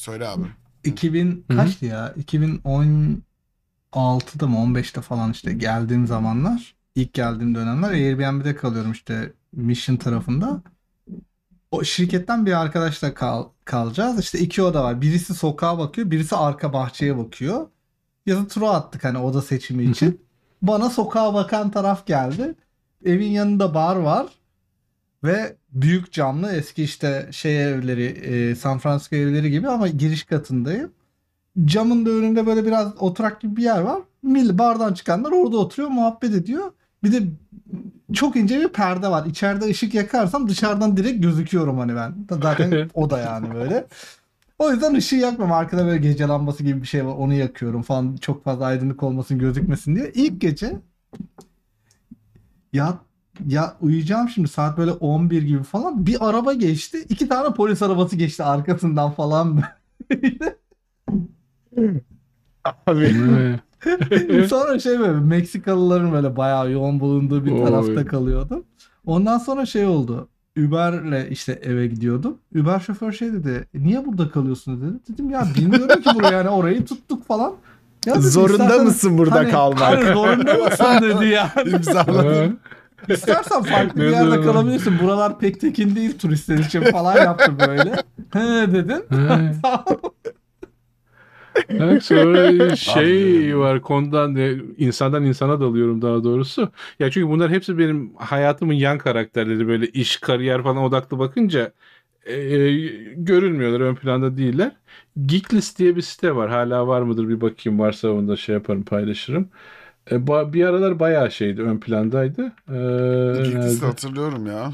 Söyle abi. 2000 Hı hı. kaçtı ya? 2016'da mı 15'te falan işte geldiğim zamanlar, ilk geldiğim dönemler Airbnb'de kalıyorum işte Mission tarafında. O şirketten bir arkadaşla kalacağız. İşte iki oda var. Birisi sokağa bakıyor, birisi arka bahçeye bakıyor. Yazı tura attık hani oda seçimi Hı hı. için. Bana sokağa bakan taraf geldi. Evin yanında bar var ve büyük camlı eski işte şey evleri, San Francisco evleri gibi ama giriş katındayım. Camın da önünde böyle biraz oturak gibi bir yer var. Bardan çıkanlar orada oturuyor, muhabbet ediyor. Bir de çok ince bir perde var. İçeride ışık yakarsam dışarıdan direkt gözüküyorum hani ben. Zaten o da yani böyle. O yüzden ışığı yakmam. Arkada böyle gece lambası gibi bir şey var. Onu yakıyorum falan. Çok fazla aydınlık olmasın, gözükmesin diye. İlk gece ya uyuyacağım şimdi saat böyle 11 gibi falan. Bir araba geçti. İki tane polis arabası geçti arkasından falan böyle. Abi. Sonra şey böyle Meksikalıların böyle bayağı yoğun bulunduğu bir tarafta Oy. kalıyordum. Ondan sonra şey oldu. Uber'le işte eve gidiyordum. Uber şoför şey dedi. Niye burada kalıyorsunuz dedi. Dedim ya bilmiyorum ki burayı yani orayı tuttuk falan. Ya dedi Zorunda istersen mısın burada hani kalmak? zorunda mısın dedi yani. İmzaladın. İstersen farklı bir Ne yerde zaman? kalabilirsin. Buralar pek tekin değil turistler için falan yaptı böyle. He dedim. Ha. Tamam. Evet, sonra Abi. şey var konudan insandan insana dalıyorum daha doğrusu. Ya çünkü bunlar hepsi benim hayatımın yan karakterleri, böyle iş, kariyer falan odaklı bakınca görünmüyorlar, ön planda değiller. Geeklist diye bir site var. Hala var mıdır bir bakayım, varsa onu da şey yaparım, paylaşırım. Bir aralar bayağı şeydi, ön plandaydı. Geeklist'i Nerede? hatırlıyorum ya.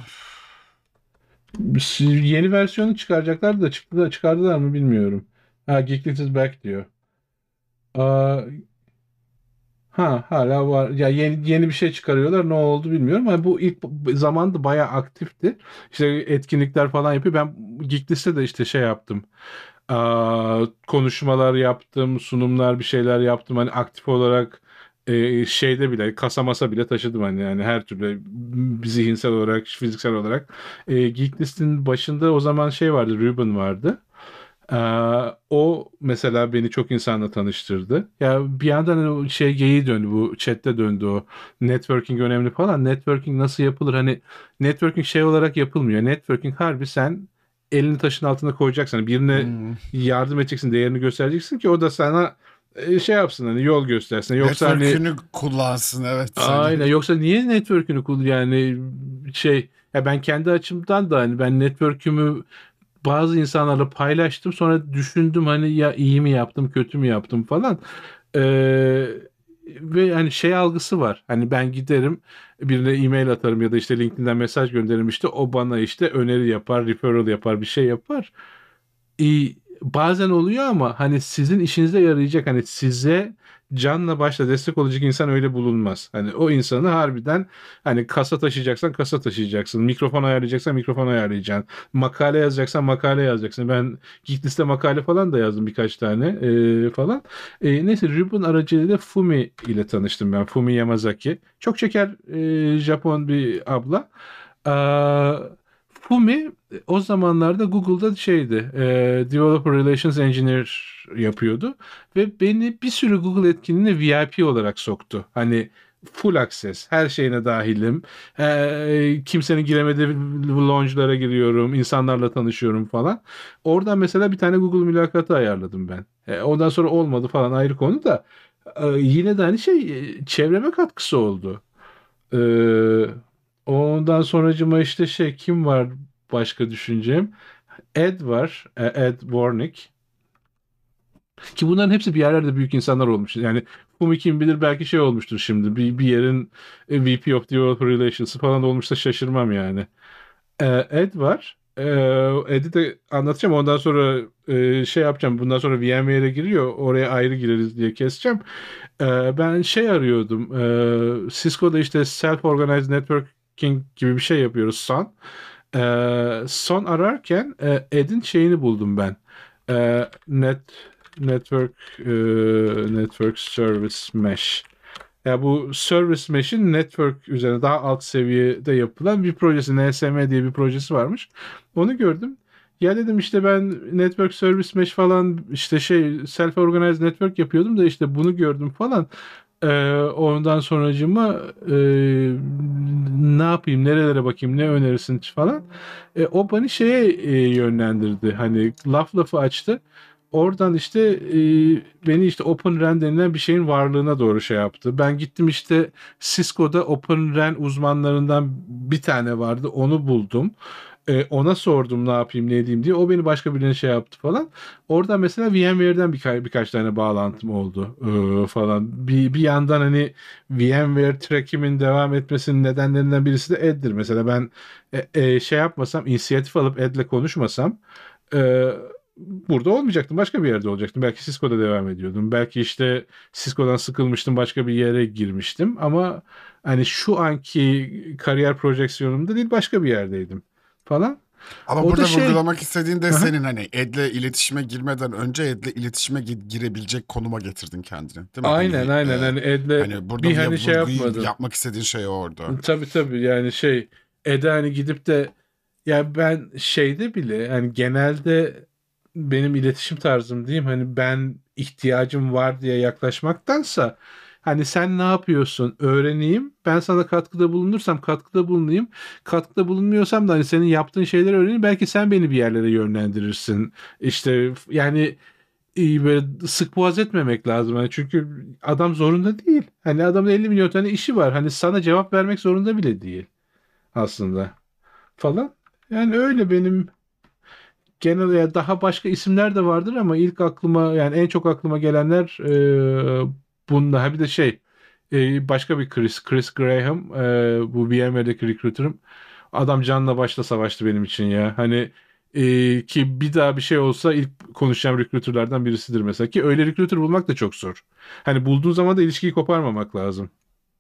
Yeni versiyonu çıkaracaklar da çıkardılar mı bilmiyorum. Ha, Geeklist is back diyor. Aa, ha, hala var. Ya yeni bir şey çıkarıyorlar. Ne oldu bilmiyorum ama bu ilk zamanda bayağı aktifti. İşte etkinlikler falan yapıyor. Ben Geeklist'te de işte şey yaptım. Konuşmalar yaptım, sunumlar, bir şeyler yaptım. Hani aktif olarak şeyde bile, kasa masa bile taşıdım hani, yani her türlü zihinsel olarak, fiziksel olarak. Geeklist'in başında o zaman şey vardı, Ruben vardı. O mesela beni çok insanla tanıştırdı. Ya bir yandan hani o şey geyiği döndü, bu chatte döndü o. Networking önemli falan. Networking nasıl yapılır? Hani networking şey olarak yapılmıyor. Networking harbi sen elini taşın altına koyacaksın. Hani birine Hmm. yardım edeceksin, değerini göstereceksin ki o da sana şey yapsın, hani yol göstersin. Yoksa hani Network'ünü kullansın, evet, aynen, hani. yoksa niye network'ünü yani şey, ya ben kendi açımdan da hani ben network'ümü bazı insanlarla paylaştım. Sonra düşündüm hani, ya iyi mi yaptım, kötü mü yaptım falan. Ee, Ve hani şey algısı var. Hani ben giderim birine e-mail atarım ya da işte LinkedIn'den mesaj gönderirim, işte o bana işte öneri yapar, referral yapar, bir şey yapar. Bazen oluyor ama hani sizin işinize yarayacak, hani size canla başla destek olacak insan öyle bulunmaz. Hani o insanı harbiden, hani kasa taşıyacaksan kasa taşıyacaksın. Mikrofon ayarlayacaksan mikrofon ayarlayacaksın. Makale yazacaksan makale yazacaksın. Ben Geeklist'te makale falan da yazdım birkaç tane falan. Neyse, Ruben aracılığıyla Fumi ile tanıştım ben. Fumi Yamazaki. Çok şeker Japon bir abla. Fumi o zamanlarda Google'da şeydi, Developer Relations Engineer yapıyordu ve beni bir sürü Google etkinliğine VIP olarak soktu. Hani full access, her şeyine dahilim. Kimsenin giremediği lounge'lara giriyorum, insanlarla tanışıyorum falan. Oradan mesela bir tane Google mülakatı ayarladım ben. Ondan sonra olmadı falan, ayrı konu da. Yine de hani şey, çevreme katkısı oldu. E, Ondan sonracıma işte şey, kim var başka düşüneceğim? Ed var. Ed Warnick. Ki bunların hepsi bir yerlerde büyük insanlar olmuş. Yani Fumi kim bilir, belki şey olmuştur şimdi. Bir yerin VP of Developer Relations falan olmuşsa şaşırmam yani. Ed var. Ed'i de anlatacağım. Ondan sonra şey yapacağım. Bundan sonra VMware'e giriyor. Oraya ayrı gireriz diye keseceğim. Ben şey arıyordum. Cisco'da işte Self-Organized Networking gibi bir şey yapıyoruz, son. Son ararken Ed'in şeyini buldum ben. Net Network Network Service Mesh. Ya bu Service Mesh'in network üzerine daha alt seviyede yapılan bir projesi. NSM diye bir projesi varmış. Onu gördüm. Ya dedim işte ben network service mesh falan işte self organized network yapıyordum da işte bunu gördüm falan. Ondan sonracığıma ne yapayım, nerelere bakayım, ne önerirsin falan. O beni yönlendirdi. Hani lafı açtı. Oradan işte beni işte Open RAN denilen bir şeyin varlığına doğru yaptı. Ben gittim işte Cisco'da Open RAN uzmanlarından bir tane vardı. Onu buldum. Ona sordum ne yapayım ne edeyim diye. O beni başka birine yaptı falan. Oradan mesela VMware'den birkaç tane bağlantım oldu falan. Bir yandan hani VMware track'imin devam etmesinin nedenlerinden birisi de Ed'dir. Mesela ben yapmasam, inisiyatif alıp Ed'le konuşmasam e, burada olmayacaktım. Başka bir yerde olacaktım. Belki Cisco'da devam ediyordum. Belki işte Cisco'dan sıkılmıştım, başka bir yere girmiştim. Ama hani şu anki kariyer projeksiyonumda değil, başka bir yerdeydim falan. Ama O da burada vurgulamak istediğin de Aha. senin hani Ed'le iletişime girmeden önce Ed'le iletişime girebilecek konuma getirdin kendini. Değil mi? Aynen aynen hani Ed'le Hani burada bir hani vurguyu yapmadım. yapmak istediğin şey orada. Tabii yani Ed'e hani gidip de ya ben bile hani genelde benim iletişim tarzım diyeyim hani ben ihtiyacım var diye yaklaşmaktansa hani sen ne yapıyorsun öğreneyim, ben sana katkıda bulunursam katkıda bulunayım, katkıda bulunmuyorsam da hani senin yaptığın şeyleri öğreneyim, belki sen beni bir yerlere yönlendirirsin işte yani iyi böyle sık boğaz etmemek lazım. Hani çünkü adam zorunda değil. Hani adamın 50 milyon tane işi var. Hani sana cevap vermek zorunda bile değil aslında falan. Yani öyle benim genel ya daha başka isimler de vardır ama ilk aklıma yani en çok aklıma gelenler bunlar. Ha bir de başka bir Chris Graham, bu VMware'deki recruiter'ım. Adam canla başla savaştı benim için ya. Hani ki bir daha bir şey olsa ilk konuşacağım recruiter'lardan birisidir mesela, ki öyle recruiter bulmak da çok zor. Hani bulduğun zaman da ilişkiyi koparmamak lazım.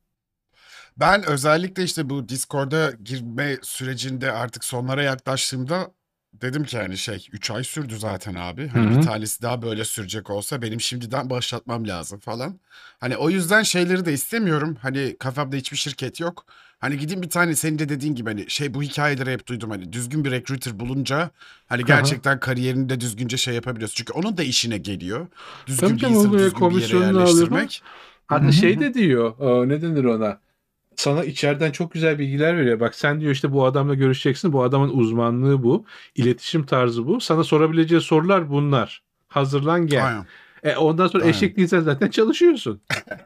Ben özellikle işte bu Discord'a girme sürecinde artık sonlara yaklaştığımda dedim ki hani 3 ay sürdü zaten abi. Hı Hani bir hı. tanesi daha böyle sürecek olsa benim şimdiden başlatmam lazım falan. Hani o yüzden şeyleri de istemiyorum. Hani kafamda hiçbir şirket yok. Hani gideyim bir tane senin de dediğin gibi hani bu hikayeleri hep duydum. Hani düzgün bir recruiter bulunca hani Aha. gerçekten kariyerini de düzgünce yapabiliyorsun. Çünkü onun da işine geliyor. Tabii Düzgün bir canım o insanı böyle düzgün bir yere komisyonunu alıyor falan. yerleştirmek. Hı Hatta hı. de diyor, ne denir ona? Sana içeriden çok güzel bilgiler veriyor. Bak sen diyor işte bu adamla görüşeceksin. Bu adamın uzmanlığı bu. İletişim tarzı bu. Sana sorabileceği sorular bunlar. Hazırlan gel. Aynen. Ondan sonra Aynen. eşek değilsen zaten çalışıyorsun.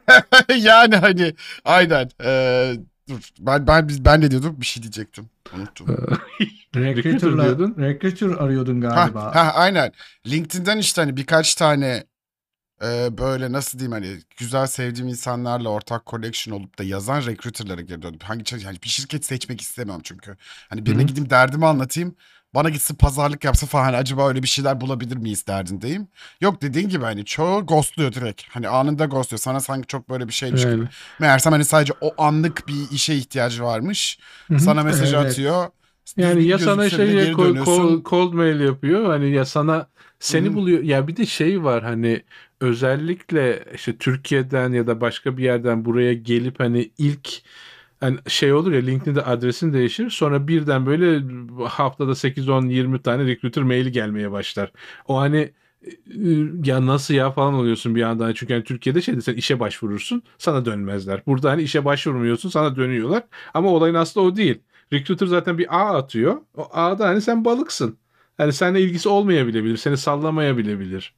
Yani hani aynen. Dur ben ne diyordum? Bir şey diyecektim. Unuttum. Recruiter diyordun. Recruiter arıyordun Ha galiba. ha aynen. LinkedIn'den işte hani birkaç tane böyle nasıl diyeyim hani güzel sevdiğim insanlarla ortak connection olup da yazan recruiter'lara geri döndüm. Yani bir şirket seçmek istemem çünkü. Hani Hı birine hı. gideyim derdimi anlatayım. Bana gitsin pazarlık yapsa falan hani acaba öyle bir şeyler bulabilir miyiz derdindeyim. Yok dediğin gibi hani çoğu ghostluyor direkt. Hani anında ghostluyor. Sana sanki çok böyle bir şeymiş gibi. Yani. Meğersem hani sadece o anlık bir işe ihtiyacı varmış. Hı hı. Sana mesaj Evet. atıyor. Yani Düzgün ya sana gözükse bile geri dönüyorsun. cold mail yapıyor hani ya sana Hı seni hı. buluyor ya, bir de var hani özellikle işte Türkiye'den ya da başka bir yerden buraya gelip hani ilk hani olur ya LinkedIn'de adresin değişir, sonra birden böyle haftada 8 10 20 tane recruiter maili gelmeye başlar. O hani ya nasıl ya falan oluyorsun bir anda. Çünkü hani Türkiye'de sen işe başvurursun sana dönmezler. Burada hani işe başvurmuyorsun sana dönüyorlar. Ama olayın aslı o değil. Recruiter zaten bir ağ atıyor. O ağda hani sen balıksın. Hani seninle ilgisi olmayabilebilir. Seni sallamayabilir.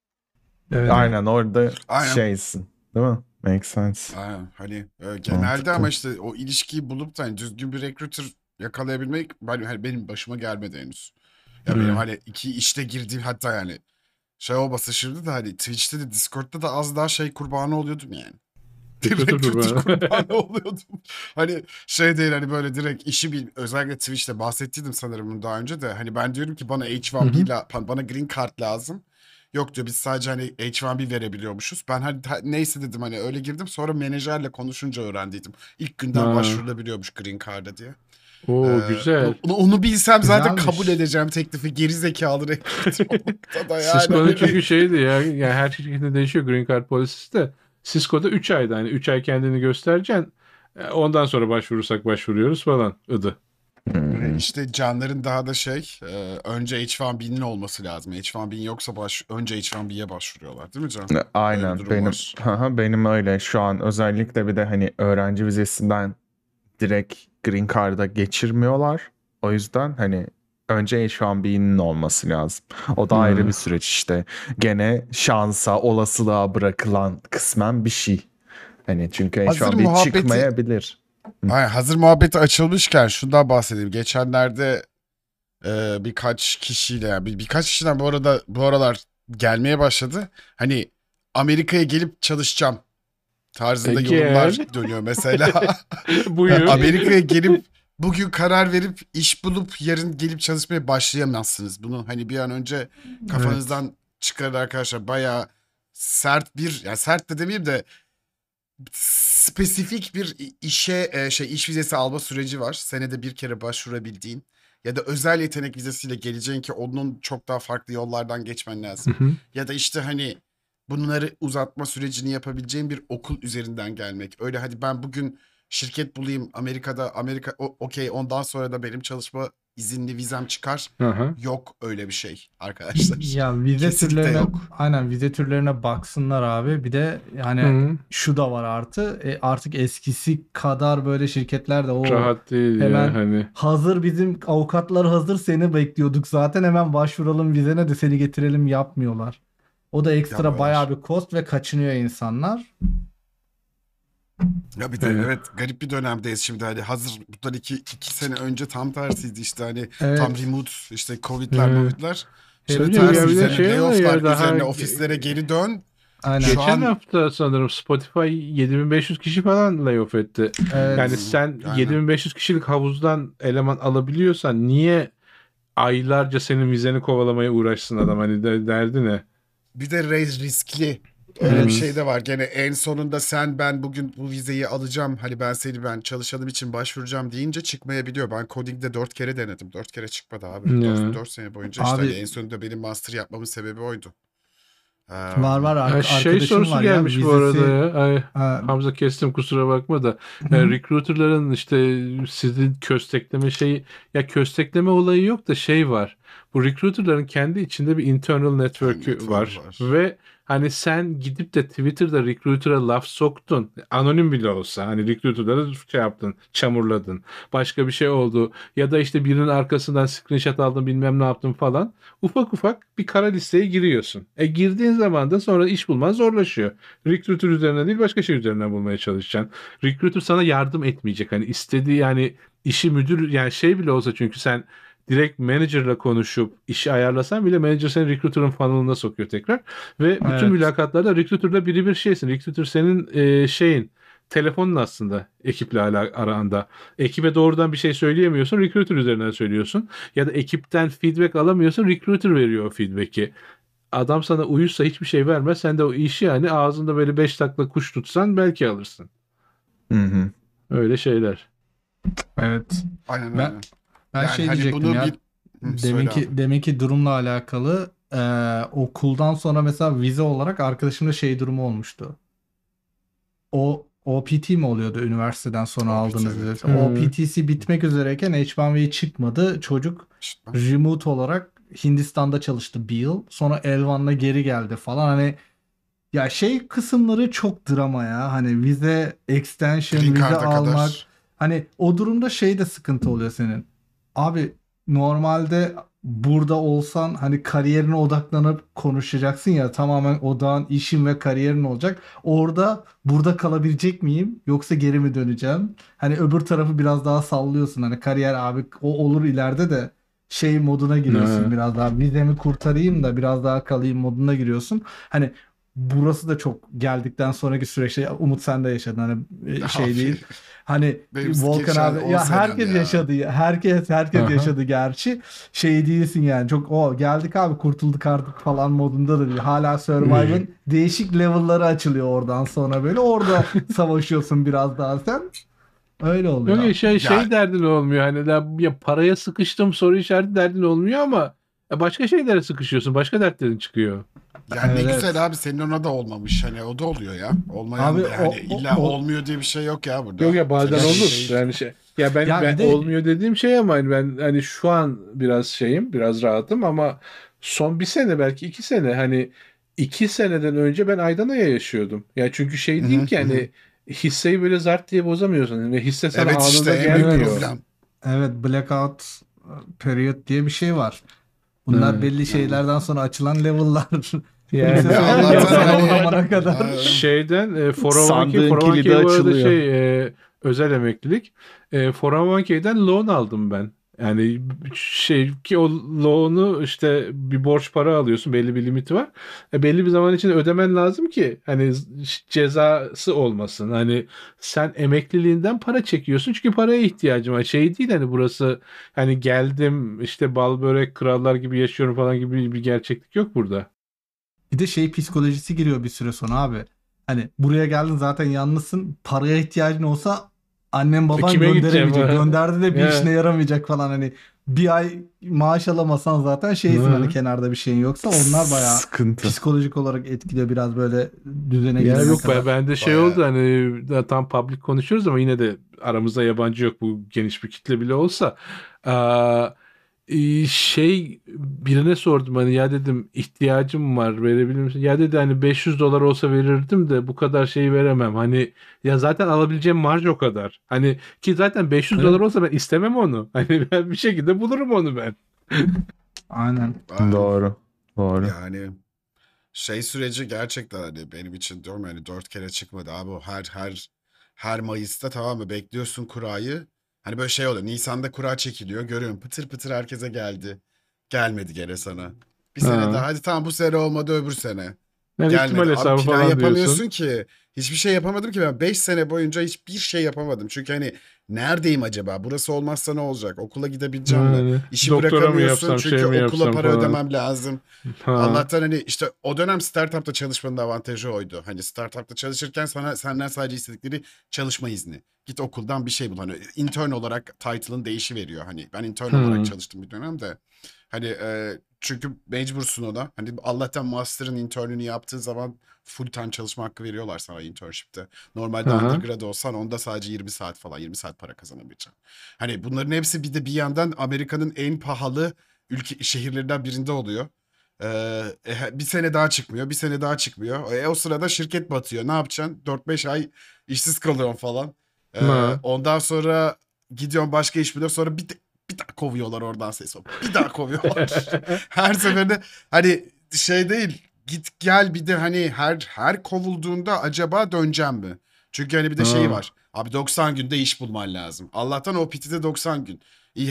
Evet. Aynen orada Aynen. şeysin. Değil mi? Makes sense. Aynen. Hani genelde ama Mantıklı. işte o ilişkiyi bulup da hani düzgün bir recruiter yakalayabilmek hani benim başıma gelmedi henüz. Ya benim Evet. hani iki işte girdiğim hatta yani olmasa şimdi de hani Twitch'te de Discord'da da az daha kurbanı oluyordum yani. Recruiter Recruiter kurbanı. kurbanı oluyordum. Hani değil hani böyle direkt işi özellikle Twitch'te bahsettiydim sanırım bunu daha önce de. Hani ben diyorum ki bana Hı H1B hı. bana green card lazım. Yok diyor biz sadece hani H1B verebiliyormuşuz. Ben hani neyse dedim hani öyle girdim. Sonra menajerle konuşunca öğrendiydim. İlk günden Ha. başvurulabiliyormuş green card'a diye. Oo Onu, güzel. onu, onu bilsem zaten kabul Güzelmiş. edeceğim teklifi. Geri zekalı recruiter olmakta da yani. Cisco'nun Hani. çünkü ya yani her şirkette değişiyor Green Card polisisi de. Cisco'da 3 ayda hani 3 ay kendini göstereceksin. Ondan sonra başvurursak başvuruyoruz falan. Idı. Ve işte canların daha da önce H1B'nin olması lazım. H1B'nin yoksa önce H1B'ye başvuruyorlar değil mi Can? Öyle bir Aynen durum benim var. benim öyle şu an özellikle bir de hani öğrenci vizesinden direkt Green Card'a geçirmiyorlar. O yüzden hani önce H1B'nin olması lazım. O da ayrı bir süreç işte. Gene şansa, olasılığa bırakılan kısmen bir şey. Hani çünkü Hazır H1B muhabbeti çıkmayabilir. Hazır muhabbeti açılmışken şundan bahsedeyim. Geçenlerde birkaç kişiyle yani birkaç kişiden bu aralar gelmeye başladı. Hani Amerika'ya gelip çalışacağım tarzında yorumlar Gel. dönüyor mesela. Buyur. Amerika'ya gelip bugün karar verip iş bulup yarın gelip çalışmaya başlayamazsınız. Bunu hani bir an önce kafanızdan çıkarın arkadaşlar. Bayağı sert yani sert de demeyeyim de spesifik bir iş vizesi alma süreci var. Senede bir kere başvurabildiğin ya da özel yetenek vizesiyle geleceğin ki onun çok daha farklı yollardan geçmen lazım. Ya da işte hani bunları uzatma sürecini yapabileceğin bir okul üzerinden gelmek. Öyle hadi ben bugün şirket bulayım okey ondan sonra da benim çalışma izinli vizem çıkar. Aha. Yok öyle bir şey arkadaşlar. Ya vize Kesinlikle türlerine yok. aynen vize türlerine baksınlar abi. Bir de yani Hı. şu da var artık eskisi kadar böyle şirketler de Rahat değil hemen ya hani. hazır bizim avukatlar hazır seni bekliyorduk zaten hemen başvuralım vizene de seni getirelim yapmıyorlar. O da ekstra Yapmıyorlar. bayağı bir cost ve kaçınıyor insanlar. Ya bir de Evet. evet garip bir dönemdeyiz şimdi hani hazır bundan iki sene önce tam tersiydi işte hani Evet. tam remote işte covid'ler Evet. movid'ler. Şimdi Evet, tersi ya bir de üzerine şey var layoff'lar ya daha üzerine ofislere geri dön. Aynen. Şu geçen an hafta sanırım Spotify 7500 kişi falan layoff etti. Evet. Yani sen yani 7500 kişilik havuzdan eleman alabiliyorsan niye aylarca senin vizeni kovalamaya uğraşsın adam hani derdi ne? bir de riskli. Öyle bir Hmm. şey de var. Gene en sonunda ben bugün bu vizeyi alacağım. Hani ben çalışanım için başvuracağım deyince çıkmayabiliyor. Ben coding'de 4 kere denedim. 4 kere çıkmadı abi. Ya. 4 sene boyunca işte Abi hani en sonunda benim master yapmamın sebebi oydu. var Şey arkadaşım sorusu var ya gelmiş bu arada vizesi ya. Ay, ha, Hamza kestim kusura bakma da. hı. Recruiter'ların işte sizi köstekleme şeyi ya köstekleme olayı yok da şey var. Bu recruiter'ların kendi içinde bir internal network'ü network var. var. Ve hani sen gidip de Twitter'da recruiter'a laf soktun. Anonim bile olsa hani recruiter'lara şey yaptın, çamurladın. Başka bir şey oldu. Ya da işte birinin arkasından screenshot aldın bilmem ne yaptın falan. Ufak ufak bir kara listeye giriyorsun. Girdiğin zaman da sonra iş bulman zorlaşıyor. Recruiter üzerinden değil başka şey üzerinden bulmaya çalışacaksın. Recruiter sana yardım etmeyecek. Hani istediği yani işi müdür yani şey bile olsa çünkü sen direkt manager'la konuşup işi ayarlasan bile manager seni recruiter'ın funnel'ına sokuyor tekrar. Ve bütün Evet. mülakatlarda recruiter'la birebir şeysin. Recruiter senin şeyin telefonun aslında ekiple aranda. Ekibe doğrudan bir şey söyleyemiyorsun. Recruiter üzerinden söylüyorsun. Ya da ekipten feedback alamıyorsun. Recruiter veriyor o feedback'i. Adam sana uyursa hiçbir şey vermez. Sen de o işi yani ağzında böyle 5 takla kuş tutsan belki alırsın. Hı. Öyle şeyler. Evet. Aynen Ben öyle. ben Yani şey hani diyecektim bunu ya. söyle abi. Deminki durumla alakalı okuldan sonra mesela vize olarak arkadaşımda şey durumu olmuştu. O OPT mi oluyordu üniversiteden sonra OPT aldığınız evet. vize? Hmm. OPT'si bitmek üzereyken H1B çıkmadı. Çocuk İşte remote olarak Hindistan'da çalıştı bir yıl. Sonra L1'la geri geldi falan. Hani ya şey kısımları çok drama ya. Hani vize extension, Green vize Card'a almak. kadar. Hani o durumda şey de sıkıntı oluyor senin. Abi normalde burada olsan hani kariyerine odaklanıp konuşacaksın ya tamamen odağın işin ve kariyerin olacak. Orada burada kalabilecek miyim yoksa geri mi döneceğim? Hani öbür tarafı biraz daha sallıyorsun. Hani kariyer abi o olur ileride de şey moduna giriyorsun Ha. biraz daha vizemi kurtarayım da biraz daha kalayım moduna giriyorsun. Hani burası da çok geldikten sonraki süreçte Umut sen de yaşadın hani şey Abi, değil. Hani benim Volkan geçen abi 10 ya senem herkes ya. yaşadı ya. Herkes Aha. yaşadı gerçi. Şey değilsin yani. Çok geldik abi kurtulduk artık falan modunda da değil. Hala Survivor'ın değişik level'ları açılıyor oradan sonra böyle. Orada savaşıyorsun biraz daha sen. Öyle oluyor. Yok şey Ya derdin olmuyor hani ya paraya sıkıştım soru işareti derdin olmuyor ama Başka şeylere sıkışıyorsun. Başka dertlerin çıkıyor. Yani ne Evet. güzel abi, senin ona da olmamış. Hani o da oluyor ya. Olmayan Abi da yani illa o- olmuyor diye bir şey yok ya burada. Yok ya, bazen Senin olur. şey- Yani ya ben, Ya bir de- olmuyor dediğim şey, ama hani ben hani şu an biraz şeyim, biraz rahatım, ama son bir sene, belki 2 sene, hani 2 seneden önce ben aydan aya yaşıyordum. Ya çünkü şey değil ki, hani hisseyi böyle zart diye bozamıyorsun ve hisse sana Evet işte anında en büyük gelmiyor. problem. Evet, blackout period diye bir şey var. Bunlar Evet. belli şeylerden sonra açılan level'lar. Yani Kimse Ya söylemiyor Allah'tan sana hani- o zamana kadar. Şeyden 401k, Sandığın kilidi 401k bu arada açılıyor. özel emeklilik. 401k'den loan aldım ben. Yani şey ki, o loan'u işte bir borç para alıyorsun, belli bir limiti var. Belli bir zaman içinde ödemen lazım ki hani cezası olmasın. Hani sen emekliliğinden para çekiyorsun çünkü paraya ihtiyacın var. Şey değil hani, burası hani geldim işte bal börek krallar gibi yaşıyorum falan gibi bir gerçeklik yok burada. Bir de şey psikolojisi giriyor bir süre sonra abi. Hani buraya geldin zaten yalnızsın. Paraya ihtiyacın olsa annen baban Kime gideceğim? gönderemeyecek. Gönderdi de bir Ya. işine yaramayacak falan. Hani bir ay maaş alamasan zaten şeysin, Hı. hani kenarda bir şeyin yoksa onlar bayağı Sıkıntı. psikolojik olarak etkiliyor biraz böyle düzene Ya girene yok, kadar. ben de şey Bayağı. oldu, hani tam public konuşuyoruz ama yine de aramızda yabancı yok, bu geniş bir kitle bile olsa. Aa, şey, birine sordum, hani ya dedim ihtiyacım var, verebilir misin? Ya dedi hani $500 olsa verirdim de bu kadar şeyi veremem. Hani ya zaten alabileceğim marj o kadar. Hani ki zaten $500 olsa ben istemem onu. Hani ben bir şekilde bulurum onu ben. Aynen. Aynen. Doğru. Doğru. Yani şey süreci gerçekten hani benim için diyorum yani 4 kere çıkmadı abi, o her Mayıs'ta, tamam mı, bekliyorsun kurayı. Hani böyle şey oluyor, Nisan'da kura çekiliyor, görüyorum pıtır pıtır herkese geldi. Gelmedi gene sana. Bir sene daha, Ha. hadi tamam bu sene olmadı, öbür sene. Yani ihtimal Gelmedi. Abi hesabı plan falan yapamıyorsun diyorsun. ki. Hiçbir şey yapamadım ki ben. 5 sene boyunca hiçbir şey yapamadım. Çünkü hani neredeyim acaba? Burası olmazsa ne olacak? Okula gidebileceğim mi? Yani İşi doktora mı bırakamıyorsun yapsam, şey çünkü mi okula yapsam para falan. ödemem lazım. Ha. Allah'tan hani işte o dönem startupta çalışmanın avantajı oydu. Hani startupta çalışırken senden sadece istedikleri çalışma izni. Git okuldan bir şey bul. Hani intern olarak title'ın değişiveriyor. Hani ben intern olarak Hmm. çalıştım bir dönemde. Hani çünkü mecbursun ona. Hani Allah'tan master'ın intern'ünü yaptığın zaman full time çalışma hakkı veriyorlar sana internship'te. Normalde Aha. undergrad olsan onda sadece 20 saat falan, 20 saat para kazanabileceksin. Hani bunların hepsi bir de bir yandan Amerika'nın en pahalı şehirlerinden birinde oluyor. Bir sene daha çıkmıyor, bir sene daha çıkmıyor. O sırada şirket batıyor. Ne yapacaksın? 4-5 ay işsiz kalıyorsun falan. Ha. Ondan sonra gidiyorsun başka iş buluyorsun. Sonra bir daha kovuyorlar oradan ses. Bir daha kovuyorlar. Her seferinde hani şey değil. Git gel, bir de hani her kovulduğunda acaba döneceğim mi? Çünkü hani bir de şeyi Ha. var. Abi 90 günde iş bulman lazım. Allah'tan o PT'de 90 gün.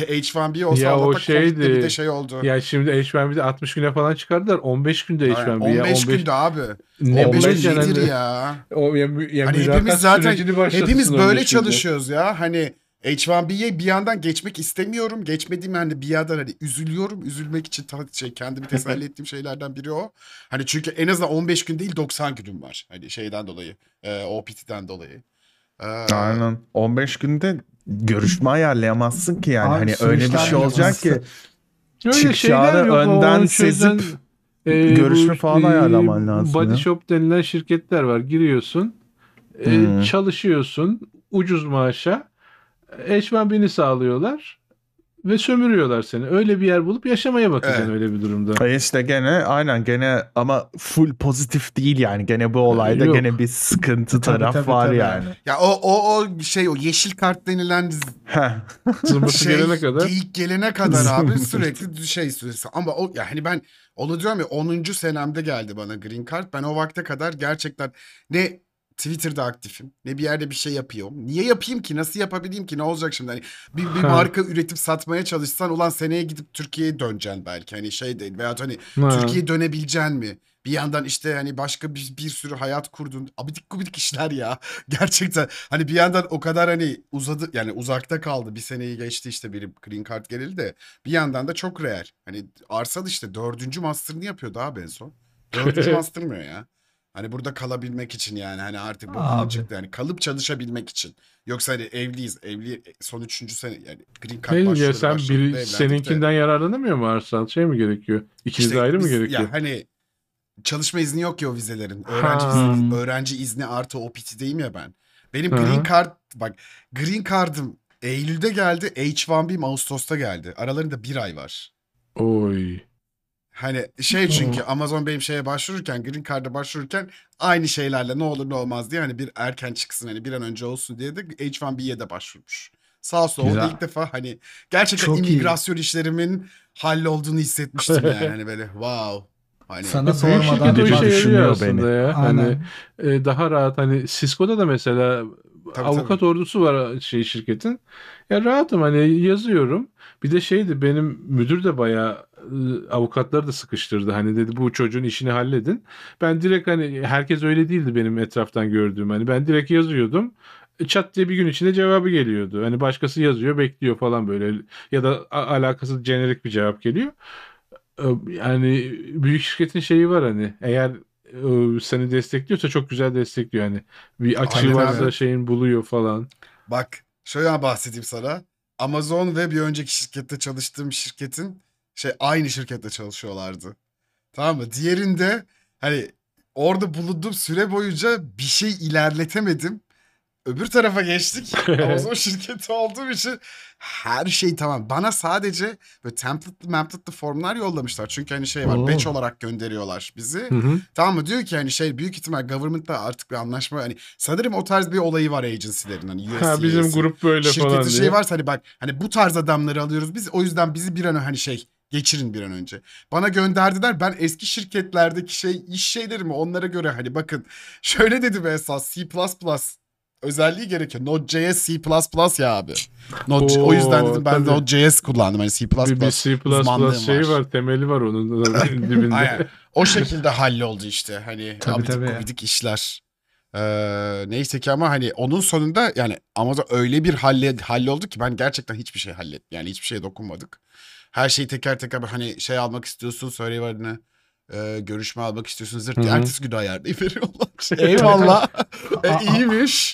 H1B olsa Ya o Allah'tan Covid'de bir de şeydi. şey oldu. Ya şimdi H1B'de 60 güne falan çıkardılar. 15 günde Yani H1B ya. 15 15 günde abi. ne 15 gün 15 yani nedir hani, ya? ya Hani hepimiz mülakat zaten sürecini başlatırsın hepimiz böyle 15 günde. çalışıyoruz ya. Hani H1B'ye bir yandan geçmek istemiyorum. Geçmediğim hani bir yandan hani üzülüyorum. Üzülmek için kendimi teselli ettiğim şeylerden biri o. Hani çünkü en azından 15 gün değil 90 günüm var. Hani şeyden dolayı. OPT'den dolayı. Ee, Aynen. 15 günde görüşme ayarlayamazsın ki yani. Abi Hani öyle bir süreçler şey olacak ki inanılmaz. Öyle şeyler çıkacağını yok. önden Onu çözen sezip bu görüşme falan ayarlaman lazım body ya. shop denilen şirketler var. Giriyorsun, Hmm. çalışıyorsun ucuz maaşa. H1B'ni sağlıyorlar ve sömürüyorlar seni. Öyle bir yer bulup yaşamaya bakacaksın evet. öyle bir durumda. İşte gene aynen gene ama full pozitif değil yani. Gene bu olayda gene bir Yok. sıkıntı Tabii, taraf tabii, var tabii. yani. Ya o şey, o yeşil kart denilen Heh. Zımbırtı şey gelene kadar. geyik gelene kadar abi sürekli şey süresi. Ama o ya hani ben onu diyorum ya, 10. senemde geldi bana Green Card. Ben o vakte kadar gerçekten ne Twitter'da aktifim, ne bir yerde bir şey yapıyorum. Niye yapayım ki? Nasıl yapabileyim ki? Ne olacak şimdi? Hani bir Ha, marka üretip satmaya çalışsan ulan seneye gidip Türkiye'ye döneceksin belki. Hani şey değil, veya hani ha. Türkiye'ye dönebileceksin mi? Bir yandan işte hani başka bir sürü hayat kurdun. Abidik gubidik işler ya. Gerçekten hani bir yandan o kadar hani uzadı, yani uzakta kaldı. Bir seneyi geçti işte biri Green Card geleli de. Bir yandan da çok rare. Hani Arsal işte 4. master'ını yapıyordu abi en son. 4. master mı ya? Hani burada kalabilmek için yani hani artık bu Abi. çıktı yani kalıp çalışabilmek için. Yoksa hani evliyiz. Evli son 3. sene yani green card Ne ya başvuruları sen başladık da biri evlendik de. seninkinden yararlanamıyor mu Arslan? Şey mi gerekiyor? İkiniz de ayrı mı biz gerekiyor? ya hani çalışma izni yok ya o vizelerin. Ha. Öğrenci izni artı OPT'deyim ya ben. Benim Hı hı. green card bak green card'ım Eylül'de geldi. H1B'm Ağustos'ta geldi. Aralarında 1 ay var. Oy. Hani şey çünkü Amazon benim şeye başvururken Green Card'a başvururken aynı şeylerle ne olur ne olmaz diye hani bir erken çıksın hani bir an önce olsun diye de H1B'ye de başvurmuş. Sağ olsun o da Güzel. ilk defa hani gerçekten Çok iyi. imigrasyon işlerimin hallolduğunu hissetmiştim yani hani böyle wow. Hani Sana Büyük sormadan şirket o işe bak- yarıyor düşünüyor aslında ya. Hani Aynen. daha rahat hani Cisco'da da mesela Tabii, avukat tabii. ordusu var şirketin. Ya rahatım hani yazıyorum. Bir de şeydi benim müdür de bayağı avukatları da sıkıştırdı. Hani dedi bu çocuğun işini halledin. Ben direkt hani herkes öyle değildi benim etraftan gördüğüm. Hani ben direkt yazıyordum. Çat diye bir gün içinde cevabı geliyordu. Hani başkası yazıyor, bekliyor falan böyle ya da alakasız jenerik bir cevap geliyor. Yani büyük şirketin şeyi var hani eğer seni destekliyorsa çok güzel destekliyor hani bir açığı Aynen varsa abi. şeyin buluyor falan. Bak şöyle bahsedeyim sana. Amazon ve bir önceki şirkette çalıştığım şirketin aynı şirkette çalışıyorlardı. Tamam mı? Diğerinde hani orada bulunduğum süre boyunca bir şey ilerletemedim. Öbür tarafa geçtik. Amazon şirketi olduğum için her şey tamam. Bana sadece böyle template'lı formlar yollamışlar. Çünkü hani şey var Oo. batch olarak gönderiyorlar bizi. Hı hı. Tamam mı? Diyor ki hani büyük ihtimal government'la artık bir anlaşma hani sanırım o tarz bir olayı var agency'lerin hani Ha bizim USCIS'in. grup böyle Şirketi falan diye. varsa hani bak hani bu tarz adamları alıyoruz biz. O yüzden bizi bir an hani geçirin bir an önce. Bana gönderdiler. Ben eski şirketlerdeki iş şeylerimi onlara göre hani bakın şöyle dedim esas C++ özelliği gerekiyor. Node.js C++ ya abi. O yüzden dedim ben Tabii. Node.js kullandım. Hani C++ Bir C++ uzmanlığım şeyi var, temeli var onun da dibinde. Aynen. O şekilde halloldu işte. Hani Tabii, abidik tabii. gubidik işler. Neyse ki ama hani onun sonunda yani Amazon öyle bir halloldu ki ben gerçekten hiçbir şey hallettim. Yani hiçbir şeye dokunmadık. Her şeyi teker teker hani almak istiyorsun Survivor'ını görüşme almak istiyorsun zırt Hı diye hı. ertesi günü ayarlayıp veriyorlar. Eyvallah. Aa, İyiymiş.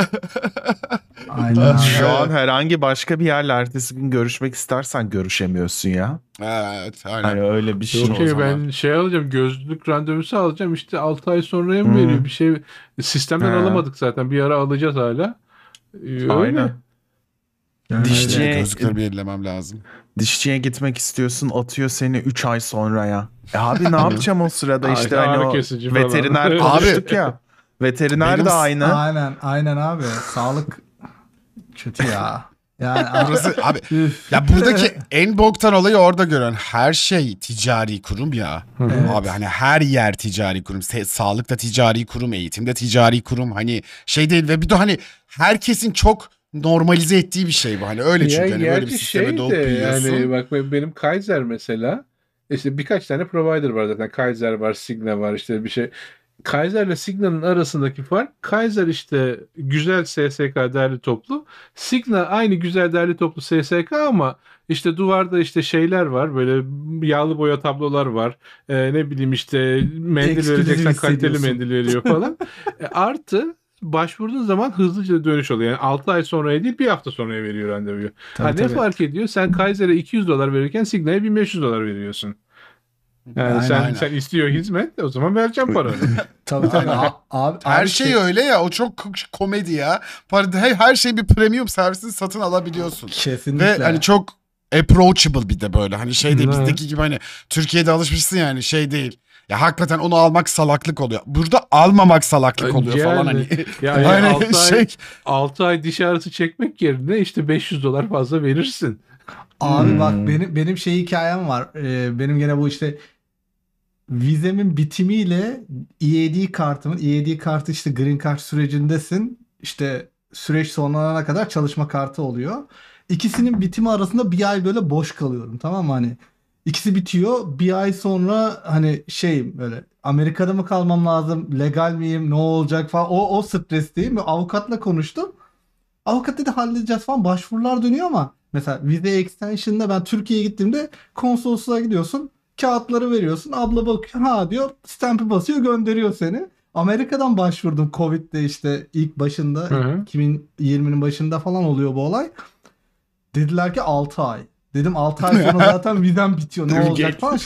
Aynen abi. Şu an herhangi başka bir yerle ertesi gün görüşmek istersen görüşemiyorsun ya. Evet aynen. Hani öyle bir şey. Yok o ki zaman. ben şey alacağım, gözlük randevusu alacağım işte 6 ay sonraya mı Hmm. veriyor bir şey. Sistemden He. alamadık zaten, bir ara alacağız hala. Öyle. Aynen. Yani Dişçi- öyle. Gözlüklerimi yenilemem lazım. Dişçiye gitmek istiyorsun, atıyor seni 3 ay sonraya. Abi ne yapacağım o sırada, Ay, işte hani ağrı o kesici falan. veteriner konuştuk ya. Veteriner Benim de aynı. Aynen abi. Sağlık kötü ya. Yani Burası abi Üf. ya buradaki en boktan olayı orada gören her şey ticari kurum ya. Evet. Abi hani her yer ticari kurum. Sağlık da ticari kurum, eğitim de ticari kurum. Hani değil ve bir de hani herkesin çok normalize ettiği bir şey bu. Hani öyle çünkü hani böyle bir gerçi sisteme şey doğup de büyüyorsun. yani bak benim Kaiser mesela işte birkaç tane provider var zaten. Kaiser var, Cigna var, işte bir şey. Kaiser ile Signa'nın arasındaki fark, Kaiser işte güzel SSK derli toplu. Signa aynı güzel derli toplu SSK ama işte duvarda işte şeyler var. Böyle yağlı boya tablolar var. Ne bileyim işte mendil Ekskluzif vereceksen kaliteli hissediyorsun. mendil veriyor falan. Artı başvurduğun zaman hızlıca dönüş oluyor. Yani 6 ay sonraya değil, bir hafta sonraya veriyor randevuyu. Tabii, Ne tabii. fark ediyor? Sen Kaiser'e $200 verirken Signa'ya $1500 veriyorsun. Yani Aynen. sen istiyor hizmet, o zaman vereceğim paranı. Tabii. Abi, Her şey öyle ya o çok komedi ya. Her şey bir premium servisini satın alabiliyorsun. kesinlikle. Ve hani çok approachable bir de böyle. Hani değil Ne? bizdeki gibi hani Türkiye'de alışmışsın yani değil. Ya hakikaten onu almak salaklık oluyor. Burada almamak salaklık oluyor falan hani. Yani Hani 6 ay diş ağrısı çekmek yerine işte $500 fazla verirsin. Abi bak benim hikayem var. Benim gene bu işte vizemin bitimiyle EAD kartı işte Green Card sürecindesin. İşte süreç sonlanana kadar çalışma kartı oluyor. İkisinin bitimi arasında bir ay böyle boş kalıyorum, tamam mı? Hani ikisi bitiyor. Bir ay sonra hani böyle Amerika'da mı kalmam lazım? Legal miyim? Ne olacak falan. O stresteyim. Avukatla konuştum. Avukat dedi halledeceğiz falan, başvurular dönüyor ama mesela vize extension'da ben Türkiye'ye gittiğimde konsolosluğa gidiyorsun, kağıtları veriyorsun, abla bakıyor, ha diyor, stamp'i basıyor, gönderiyor seni. Amerika'dan başvurdum Covid'de işte ilk başında Hı hı. 2020'nin başında falan oluyor bu olay. Dediler ki 6 ay. Dedim 6 ay sonra zaten vizem bitiyor. Ne olacak falan.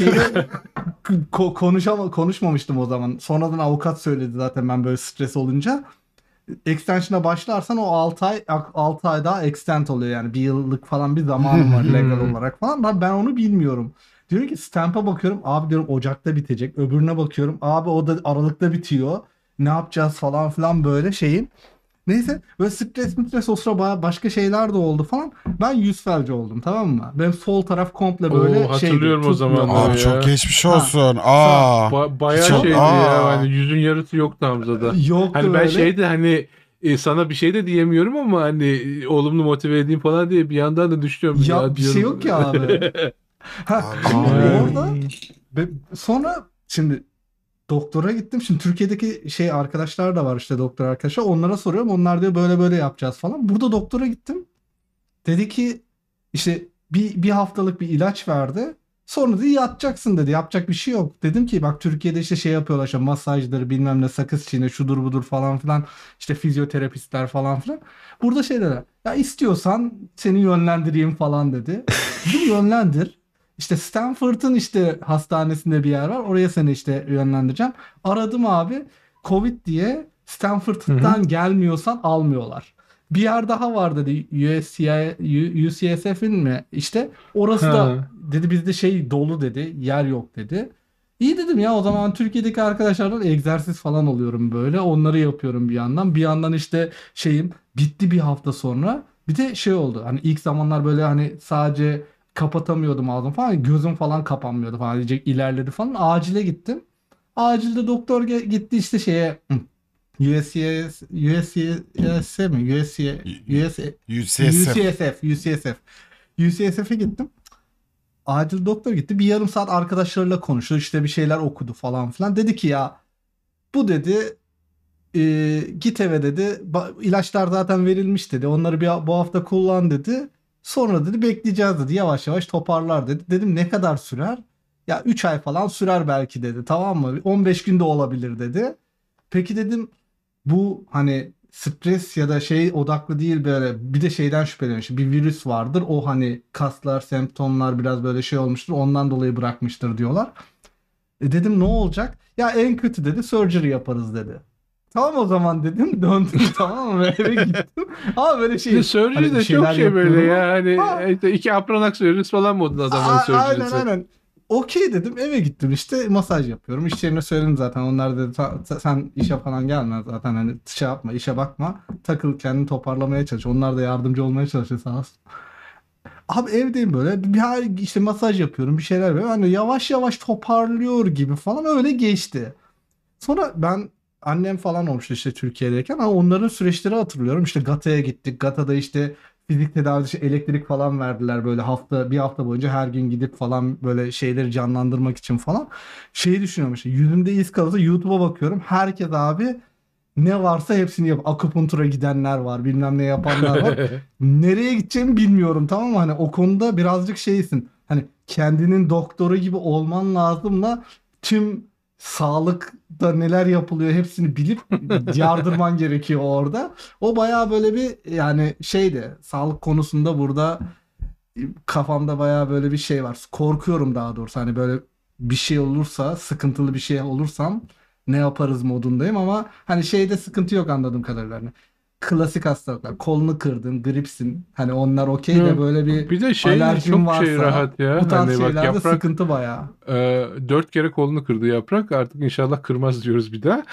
Konuşmamıştım o zaman. Sonradan avukat söyledi zaten ben böyle stres olunca. Extension'a başlarsan o 6 ay daha extend oluyor yani. Bir yıllık falan bir zamanım var legal olarak falan. Ben onu bilmiyorum. Diyorum ki stamp'a bakıyorum. Abi diyorum Ocak'ta bitecek. Öbürüne bakıyorum. Abi o da Aralık'ta bitiyor. Ne yapacağız falan filan böyle şeyim. Neyse böyle stres o sıra başka şeyler de oldu falan. Ben yüz felci oldum, tamam mı? Benim sol taraf komple böyle Oo, hatırlıyorum o tutmuyor. zamanları Abi ya. çok geçmiş Ha, olsun. Aa. Bayağı Hiç şeydi ya. aa. Hani yüzün yarısı yoktu Hamza'da. Yoktu Hani ben böyle. şeydi hani sana bir şey de diyemiyorum ama hani olumlu motive edeyim falan diye bir yandan da düşünüyorum ya Bir şey diyorum. yok ki abi. Abi. Şimdi Ay. orada sonra şimdi doktora gittim. Şimdi Türkiye'deki arkadaşlar da var işte doktor arkadaşlar. Onlara soruyorum. Onlar diyor böyle böyle yapacağız falan. Burada doktora gittim. Dedi ki işte bir haftalık bir ilaç verdi. Sonra dedi yatacaksın dedi. Yapacak bir şey yok. Dedim ki bak Türkiye'de işte şey yapıyorlar işte masajları bilmem ne sakız çiğne şudur budur falan filan. İşte fizyoterapistler falan filan. Burada şey dediler. Ya istiyorsan seni yönlendireyim falan dedi. Dedim yönlendir. İşte Stanford'ın işte hastanesinde bir yer var. Oraya seni işte yönlendireceğim. Aradım abi. Covid diye Hı hı. Stanford'dan gelmiyorsan almıyorlar. Bir yer daha var dedi UCSF'in mi? İşte orası da Ha. dedi bizde şey dolu dedi. Yer yok dedi. İyi dedim ya o zaman Türkiye'deki arkadaşlardan egzersiz falan oluyorum böyle. Onları yapıyorum bir yandan. Bir yandan işte şeyim bitti bir hafta sonra. Bir de şey oldu. Hani ilk zamanlar böyle hani sadece kapatamıyordum ağzımı falan. Gözüm falan kapanmıyordu falan. İyice ilerledi falan. Acile gittim. Acilde doktor gitti işte şeye USCS mi? UCSF. UCSF'e gittim. Acil doktor gitti. Bir yarım saat arkadaşlarıyla konuştu. İşte bir şeyler okudu falan filan. Dedi ki ya bu dedi git eve dedi. İlaçlar zaten verilmiş dedi. Onları bu hafta kullan dedi. Sonra dedi bekleyeceğiz dedi. Yavaş yavaş toparlar dedi. Dedim ne kadar sürer? Ya 3 ay falan sürer belki dedi. Tamam mı? 15 günde olabilir dedi. Peki dedim bu hani stres ya da şey odaklı değil böyle bir de şeyden şüpheleniyor. İşte bir virüs vardır. O hani kaslar, semptomlar biraz böyle şey olmuştur. Ondan dolayı bırakmıştır diyorlar. Dedim ne olacak? Ya en kötü dedi surgery yaparız dedi. Tamam o zaman dedim. Döndüm tamam mı? Eve gittim. Ama böyle Bir de şey surgery hani bir de çok şeyler şey böyle yapıyorum. ya. Hani Ha, işte 2 Apronax veririz falan modunda adamların aynen surgery'si. aynen. Okey dedim eve gittim işte masaj yapıyorum. İş yerine söyledim zaten onlar dedi sen işe falan gelme zaten hani şey yapma işe bakma takıl kendini toparlamaya çalış. Onlar da yardımcı olmaya çalışıyor sağ olsun. Abi evdeyim böyle işte masaj yapıyorum bir şeyler böyle hani yavaş yavaş toparlıyor gibi falan öyle geçti. Sonra ben annem falan olmuştu işte Türkiye'deyken ama onların süreçleri hatırlıyorum. İşte GATA'ya gittik. GATA'da işte fizik tedavisi, elektrik falan verdiler böyle bir hafta boyunca her gün gidip falan böyle şeyleri canlandırmak için falan. Şeyi düşünüyorum işte yüzümde iz kalırsa YouTube'a bakıyorum. Herkes abi ne varsa hepsini yap. Akupunktura gidenler var, bilmem ne yapanlar var. Nereye gideceğimi bilmiyorum tamam mı? Hani o konuda birazcık şeysin. Hani kendinin doktoru gibi olman lazımla tüm sağlıkta neler yapılıyor hepsini bilip yardırman gerekiyor orada. O bayağı böyle bir yani şeydi. Sağlık konusunda burada kafamda bayağı böyle bir şey var. Korkuyorum daha doğrusu. Hani böyle bir şey olursa, sıkıntılı bir şey olursam ne yaparız modundayım ama hani şeyde sıkıntı yok anladığım kadarıyla. Hani klasik hastalıklar. Kolunu kırdın, gripsin. Hani onlar okey de Yok. böyle bir Bir de şey alerjin çok şey varsa rahat ya. bu tarz Hani bak şeylerde Yaprak sıkıntı bayağı. 4 kere kolunu kırdı Yaprak. Artık inşallah kırmaz diyoruz bir daha.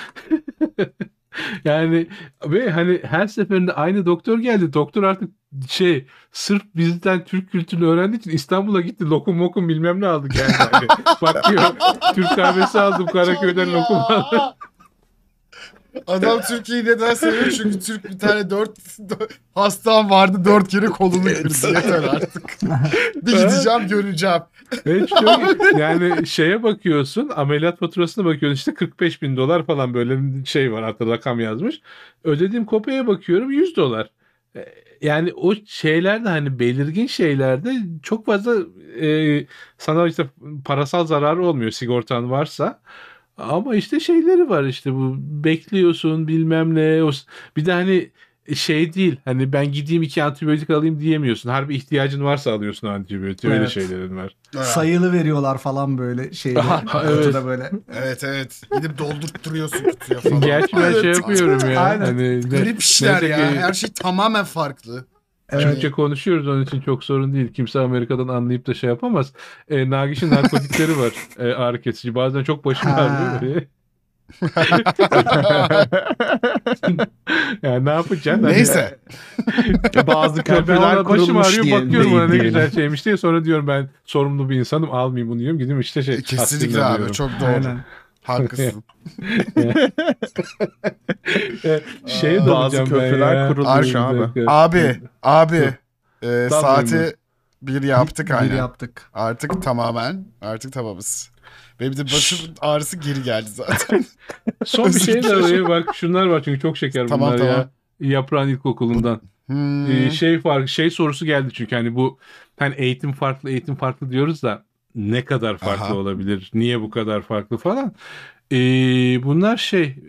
Yani ve hani her seferinde aynı doktor geldi. Doktor artık sırf bizden Türk kültürünü öğrendiği için İstanbul'a gitti. Lokum mokum bilmem ne aldı geldi hani. Bak diyor Türk kahvesi aldım Çok Karaköy'den lokum aldım. ya. Adam Türkiye'yi neden seviyor? Çünkü Türk bir tane hastam vardı 4 kere kolunu kırdı. Yeter artık. Bir gideceğim göreceğim. Evet çok yani şeye bakıyorsun ameliyat faturasına bakıyorsun işte 45 bin dolar falan böyle şey var hatta rakam yazmış. Ödediğim kopyaya bakıyorum 100 dolar. Yani o şeylerde hani belirgin şeylerde çok fazla sana işte parasal zararı olmuyor sigortan varsa. Ama işte şeyleri var, işte bu bekliyorsun bilmem ne. Bir de hani şey değil, hani ben gideyim 2 antibiyotik alayım diyemiyorsun. Harbi ihtiyacın varsa alıyorsun antibiyotik. Öyle Evet. şeylerin var. Sayılı veriyorlar falan böyle şeyde. Evet. Kutuda böyle. Evet. Gidip doldurtturuyorsun kutuya falan. Gerçi ben şey yapıyorum ya. Aynen. Hani Garip işler neyse ya. ki Her şey tamamen farklı. Türkçe konuşuyoruz, onun için çok sorun değil. Kimse Amerika'dan anlayıp da şey yapamaz. Nagiş'in narkotikleri var. Ağrı kesici. Bazen çok başım Ha. ağrıyor böyle. Yani ne yapacaksın? Hani- Neyse. Bazı Ya ben köprüler ona başım kurulmuş ağrıyor, diye bakıyorum ona ne diyelim. güzel şeymiş diye, sonra diyorum ben sorumlu bir insanım, almayayım bunu diyorum, gideyim işte şey Kesinlikle aspirin abi. alıyorum. Çok doğru. Aynen. Haklısın. Şeye Bazı dalacağım ben köprüler ya. kurulmuş Bir abi. dakika. Abi. Dalmayayım Saati bir yaptık Bir aynen. yaptık. Artık tamamen. Artık tamamız. Benim de başım ağrısı geri geldi zaten. Son bir şey de alayım. Bak şunlar var çünkü çok şeker Tamam, bunlar tamam. ya. Yaprağın ilkokulundan. Şey sorusu geldi çünkü hani bu hani eğitim farklı diyoruz da ne kadar farklı Aha. olabilir? Niye bu kadar farklı falan? Bunlar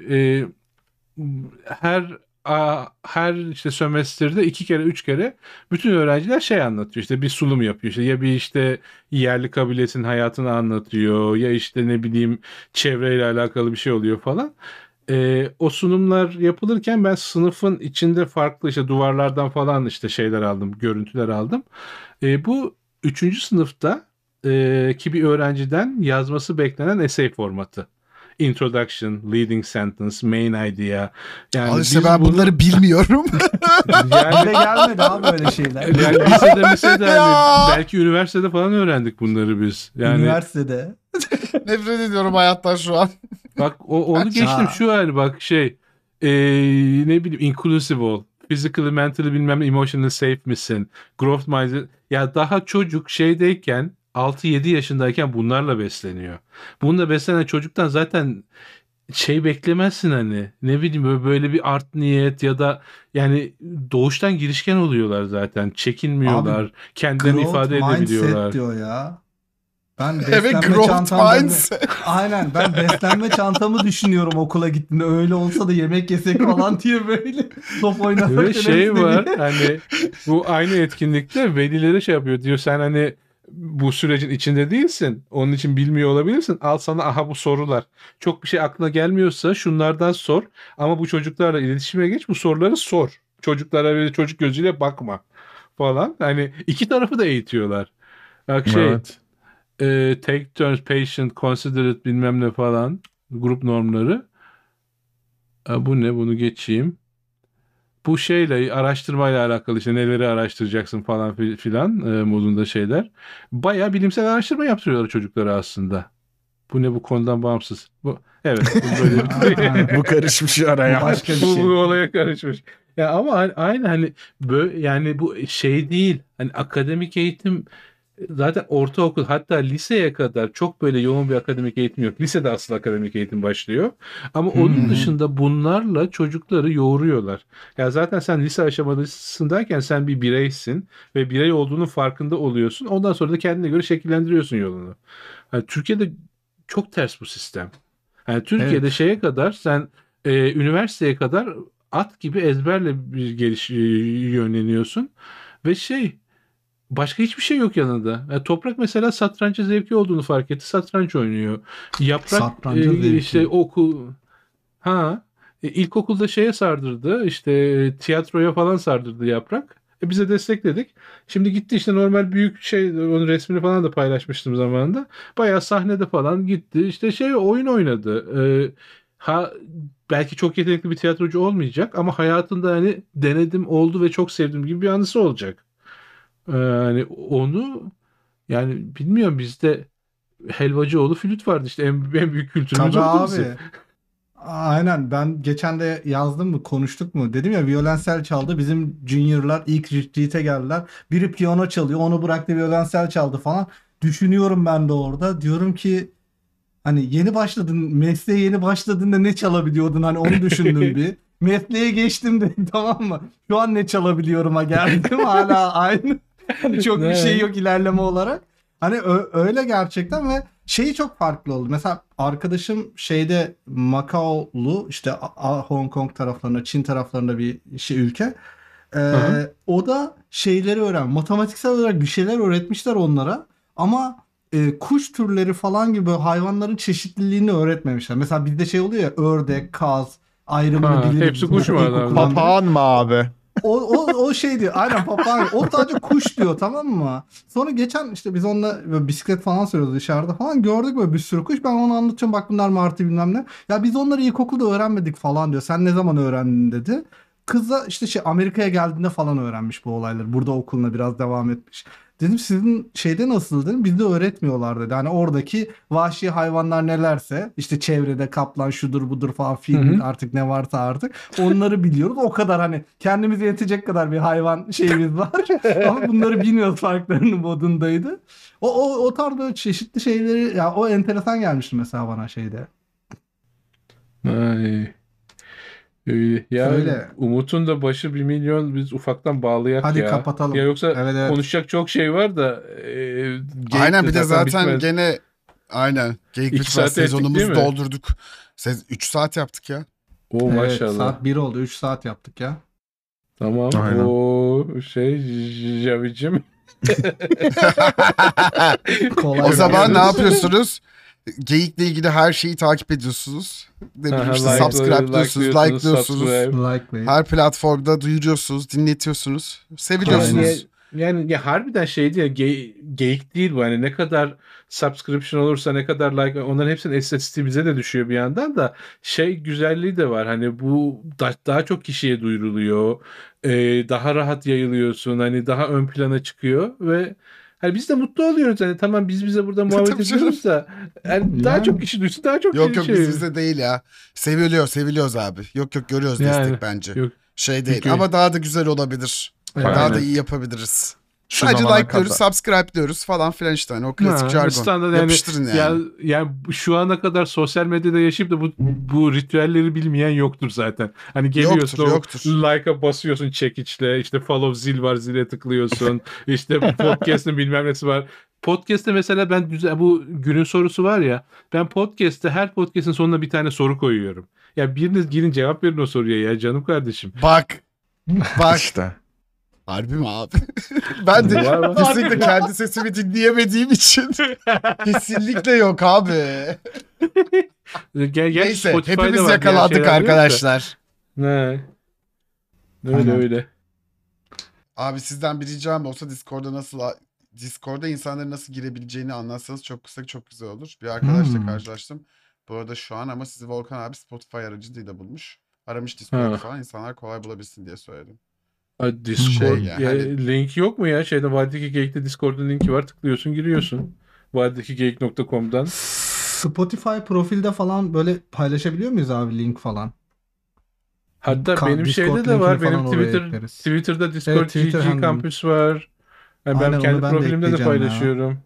her işte sömestrde 2 kere 3 kere bütün öğrenciler şey anlatıyor, işte bir sunum yapıyor, işte ya bir işte yerli kabilesinin hayatını anlatıyor, ya işte ne bileyim çevreyle alakalı bir şey oluyor falan. O sunumlar yapılırken ben sınıfın içinde farklı işte duvarlardan falan işte şeyler aldım, görüntüler aldım. Bu 3. sınıfta ki bir öğrenciden yazması beklenen essay formatı. Introduction, leading sentence, main idea. Yani Al işte biz ben bunu bunları bilmiyorum. Bize yani, gelmedi abi böyle şeyler. yani lisede mesela hani belki üniversitede falan öğrendik bunları biz. Yani Üniversitede. Nefret ediyorum hayattan şu an. bak onu geçtim, Ha. şu hani bak ne bileyim inclusive ol. Physically, mentally bilmem ne, emotionally safe misin? Growth mindset. Ya daha çocuk şeydeyken 6-7 yaşındayken bunlarla besleniyor. Bununla beslenen çocuktan zaten şey beklemezsin, hani ne bileyim böyle bir art niyet ya da yani doğuştan girişken oluyorlar zaten. Çekinmiyorlar. Abi, Kendilerini Growth ifade mindset edebiliyorlar. diyor ya. Ben Evet, beslenme growth çantamda mindset. aynen ben beslenme çantamı düşünüyorum okula gittiğinde, öyle olsa da yemek yesek falan diye böyle top oynasak Ve şey var diye. hani bu aynı etkinlikte velilere şey yapıyor, diyor sen hani bu sürecin içinde değilsin, onun için bilmiyor olabilirsin, al sana aha bu sorular, çok bir şey aklına gelmiyorsa şunlardan sor, ama bu çocuklarla iletişime geç, bu soruları sor, çocuklara böyle çocuk gözüyle bakma falan, hani iki tarafı da eğitiyorlar. Bak Evet. take turns, patient, considerate bilmem ne falan, grup normları. Bu ne, bunu geçeyim. Bu şeyle, araştırmayla alakalı, işte neleri araştıracaksın falan filan modunda şeyler. Bayağı bilimsel araştırma yaptırıyorlar çocuklara aslında. Bu ne, bu konudan bağımsız. Evet, bu böyle bir Bu karışmış Bu araya. başka bir bu şey. olaya karışmış. Ya ama aynı hani böyle, yani bu şey değil. Hani akademik eğitim zaten ortaokul hatta liseye kadar çok böyle yoğun bir akademik eğitim yok. Lisede asıl akademik eğitim başlıyor. Ama Hı onun hı. dışında bunlarla çocukları yoğuruyorlar. Ya zaten sen lise aşamasındayken sen bir bireysin ve birey olduğunun farkında oluyorsun. Ondan sonra da kendine göre şekillendiriyorsun yolunu. Yani Türkiye'de çok ters bu sistem. Yani Türkiye'de Evet. şeye kadar sen üniversiteye kadar at gibi ezberle bir yönleniyorsun ve başka hiçbir şey yok yanında. Yani Toprak mesela satranca zevki olduğunu fark etti. Satranç oynuyor. Yaprak Satranca zevki. işte ilkokulda şeye sardırdı. İşte tiyatroya falan sardırdı Yaprak. Bize destekledik. Şimdi gitti işte normal büyük onun resmini falan da paylaşmıştım zamanında. Bayağı sahnede falan gitti. İşte oyun oynadı. Ha belki çok yetenekli bir tiyatrocu olmayacak ama hayatında hani denedim oldu ve çok sevdim gibi bir anısı olacak. Hani onu, yani bilmiyorum, bizde Helvacıoğlu flüt vardı, işte en büyük kültürümüz Tabii oydu bizim. abi. Aynen, ben geçen de yazdım mı konuştuk mu dedim ya, violensel çaldı, bizim juniorlar ilk retreat'e geldiler, biri piyano çalıyor, onu bıraktı violensel çaldı falan. Düşünüyorum ben de orada, diyorum ki hani yeni başladın mesleğe, yeni başladığında ne çalabiliyordun, hani onu düşündüm bir. Mesleğe geçtim de tamam mı, şu an ne çalabiliyorum geldim hala aynı. Hani çok bir şey Ne? yok ilerleme olarak. Hani öyle gerçekten. Ve şeyi çok farklı oldu. Mesela arkadaşım şeyde Macao'lu işte Hong Kong taraflarında, Çin taraflarında bir ülke. hı. O da şeyleri matematiksel olarak bir şeyler öğretmişler onlara ama kuş türleri falan gibi hayvanların çeşitliliğini öğretmemişler. Mesela bizde şey oluyor ya, ördek, kaz ayrımını Ha, bilir. hepsi kuş mu adamlar? Papağan mı abi? O şey diyor. Aynen papağan. O sadece kuş diyor, tamam mı? Sonra geçen işte biz onunla böyle bisiklet falan sürüyoruz dışarıda falan. Gördük böyle bir sürü kuş. Ben onu anlatıyorum. Bak bunlar martı bilmem ne. Ya biz onları ilkokulda öğrenmedik falan diyor. Sen ne zaman öğrendin dedi. Kız da işte Amerika'ya geldiğinde falan öğrenmiş bu olayları. Burada okuluna biraz devam etmiş. Dedim sizin şeyde nasıl dedim. Bizde öğretmiyorlar dedi. Hani oradaki vahşi hayvanlar nelerse işte çevrede kaplan şudur budur falan fil artık ne varsa artık onları biliyoruz. O kadar hani kendimize yetecek kadar bir hayvan şeyimiz var. Ama bunları bilmiyoruz, farklarının modundaydı. O tarz böyle çeşitli şeyleri ya, o enteresan gelmişti mesela bana şeyde. Ay. Öyle. Ya Öyle. Umut'un da başı 1 milyon, biz ufaktan bağlayak Hadi ya. kapatalım. Ya yoksa Evet. konuşacak çok şey var da geyik Aynen, bir de zaten bitmez. gene aynen Geyik 2 bitmez, saate ettik değil sezonumuzu mi? doldurduk. 3 saat yaptık ya. Oo Evet, maşallah. saat 1 oldu. 3 saat yaptık ya. Tamam. Aynen. O şey Javicim. Kolay O zaman gelsin. ne yapıyorsunuz? Geyikle ilgili her şeyi takip ediyorsunuz. Ne bileyim işte Like- subscribe diyorsunuz, like'lıyorsunuz, like diyorsunuz. subscribe. Likely. Her platformda duyuruyorsunuz, dinletiyorsunuz. Seviliyorsunuz. Yani ya harbiden şey değil, geyik değil bu. Hani ne kadar subscription olursa, ne kadar like, onların hepsinin estetiği bize de düşüyor bir yandan da, şey güzelliği de var. Hani bu daha çok kişiye duyuruluyor. Daha rahat yayılıyorsun. Hani daha ön plana çıkıyor ve hani biz de mutlu oluyoruz. Hani tamam, biz bize burada muhabbet Tabii canım. ediyoruz da yani daha Yani. çok kişi duysun, daha çok Yok kişi yok, biz bize değil ya. Seviliyoruz abi. Yok görüyoruz Yani, destek bence. yok. Şey değil Çünkü- ama daha da güzel olabilir. Evet. Daha da Aynen. iyi yapabiliriz. Şu Sadece zamana like'lıyoruz, kadar. subscribe diyoruz falan filan işte. Hani o klasik Ha, jargon. standart yani, Yapıştırın yani. yani şu ana kadar sosyal medyada yaşayıp da bu ritüelleri bilmeyen yoktur zaten. Hani geliyorsun, Yoktur. like'a basıyorsun çekiçle, işte follow zil var, zile tıklıyorsun. İşte podcast'ın bilmem nesi var. Podcast'te mesela ben bu günün sorusu var ya, ben podcast'te her podcast'in sonuna bir tane soru koyuyorum. Ya biriniz girin cevap verin o soruya ya canım kardeşim. Bak. İşte. Harbi mi abi? Ben de Var. kesinlikle kendi sesimi dinleyemediğim için kesinlikle yok abi. Gerçi Neyse, Spotify'da hepimiz var, diğer yakalandık şeyler yok da. arkadaşlar. Ne? Öyle Aynen. öyle. Abi sizden bir ricam olsa Discord'da insanların nasıl girebileceğini anlatsanız çok güzel olur. Bir arkadaşla karşılaştım. Bu arada şu an ama sizi Volkan abi Spotify aracılığıyla bulmuş. Aramış Discord'da Ha. falan, insanlar kolay bulabilsin diye söyledim. Discord Şey ya, ya, hani- link yok mu ya? Şeyde Vadideki Geyik'te Discord'un linki var. Tıklıyorsun, giriyorsun. vadidekigeyik.com'dan. Spotify profilde falan böyle paylaşabiliyor muyuz abi, link falan? Hatta benim Discord şeyde de linkini var. Benim falan oraya ekleriz. Twitter'da Discord Evet, Twitter GG handle. Campus var. Yani Aynen, ben onu kendi ben de profilimde de ekleyeceğim ya. paylaşıyorum.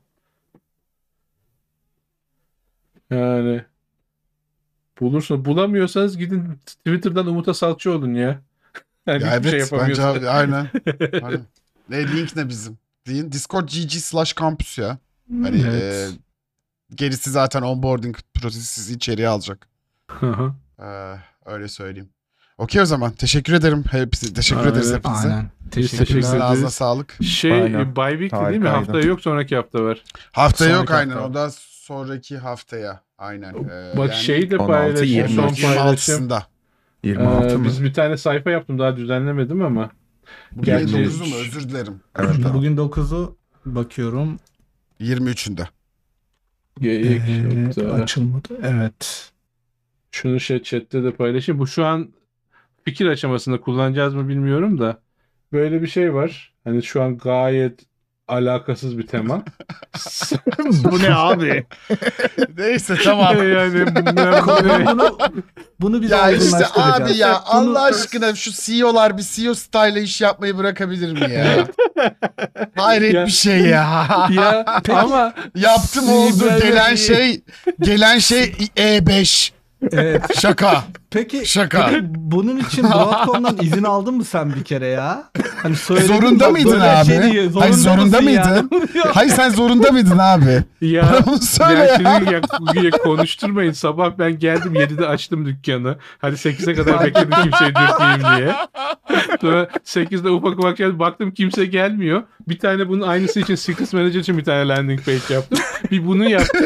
Yani bulursun. Bulamıyorsanız gidin Twitter'dan Umut'a salça olun ya. Yani Ya hiçbir şey evet, bence yapamıyorsun. abi, aynen. Aynen. Link ne bizim? Deyin Discord GG/campus ya. Hani Evet. gerisi zaten onboarding prosesi sizi içeriye alacak. Hı hı. Öyle söyleyeyim. Okey o zaman. Teşekkür ederim. Teşekkür ederiz Aynen. hepinize. Aynen. teşekkür Hepinizin ederiz. ağzına sağlık. Aynen. Bye weekly değil mi? Harikaydı. Haftaya yok, sonraki hafta var. Hafta yok Sonraki aynen. hafta. O da sonraki haftaya. Aynen. Bak Yani şeyi de 16, paylaşayım. Son 23. paylaşım. 26'sında. 26 mı? Biz bir tane sayfa yaptım, daha düzenlemedim ama. Bugün Gerçi- 9'u mu? Özür dilerim. Evet, tamam. Bugün 9'u bakıyorum. 23'ünde. Geyik nokta. Açılmadı. Evet. Şunu chatte de paylaşayım. Bu şu an fikir aşamasında, kullanacağız mı bilmiyorum da. Böyle bir şey var. Hani şu an gayet alakasız bir tema. Bu ne abi? Neyse tamam. Yani Bunu biz Ya işte olgunlaştıracağız. abi ya, Bunu- Allah aşkına şu CEO'lar bir CEO style iş yapmayı bırakabilir mi ya? Hayret Ya- bir şey ya. ya ama Yaptım oldu. Ben- Gelen şey E5. Evet. Şaka. Peki, Şaka. peki bunun için Broadcom'dan izin aldın mı sen bir kere ya? Hani söyledin Zorunda bak, mıydın böyle abi? şey değil, Hayır, zorunda mısın mıydın? yani? Hayır, sen zorunda mıydın abi? Ya, Bana bunu söyle ya. şimdi konuşturmayın. Sabah ben geldim 7'de açtım dükkanı. Hadi 8'e kadar bekledim kimseyi dürtmeyeyim diye. Sonra 8'de ufak geldim. Baktım kimse gelmiyor. Bir tane bunun aynısı için Secrets Manager için bir tane landing page yaptım. Bir bunu yaptım.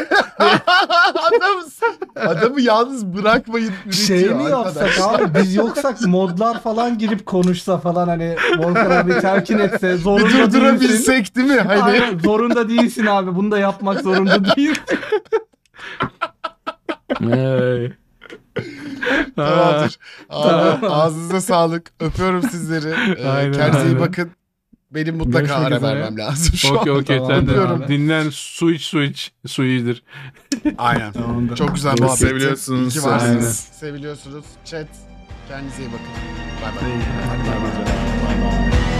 Adamı yalnız bırakmayın. Şey mi yapsak abi, biz yoksak modlar falan girip konuşsa falan, hani Volkan abi telkin etse, Bir zorunda değilsin. durdurabilsek değil mi? Hani Aynen, zorunda değilsin abi, bunu da yapmak zorunda değil. Ay. tamamdır. Abi, Tamam. ağzınıza sağlık. Öpüyorum sizleri. Aynen, Kendinize iyi aynen. bakın. Benim mutlaka Görüşmek ara üzere. vermem lazım şu Okey an. okey Tamam, sen de öpüyorum. dinlen, su iç su iyidir. Aynen. Tamamdır. Çok güzel Okey. muhabbetti. Seviliyorsunuz. İyi ki varsınız. Aynen. Seviliyorsunuz. Chat. Kendinize iyi bakın. Bay bay. İyi. Hadi bay bay. Bay bay.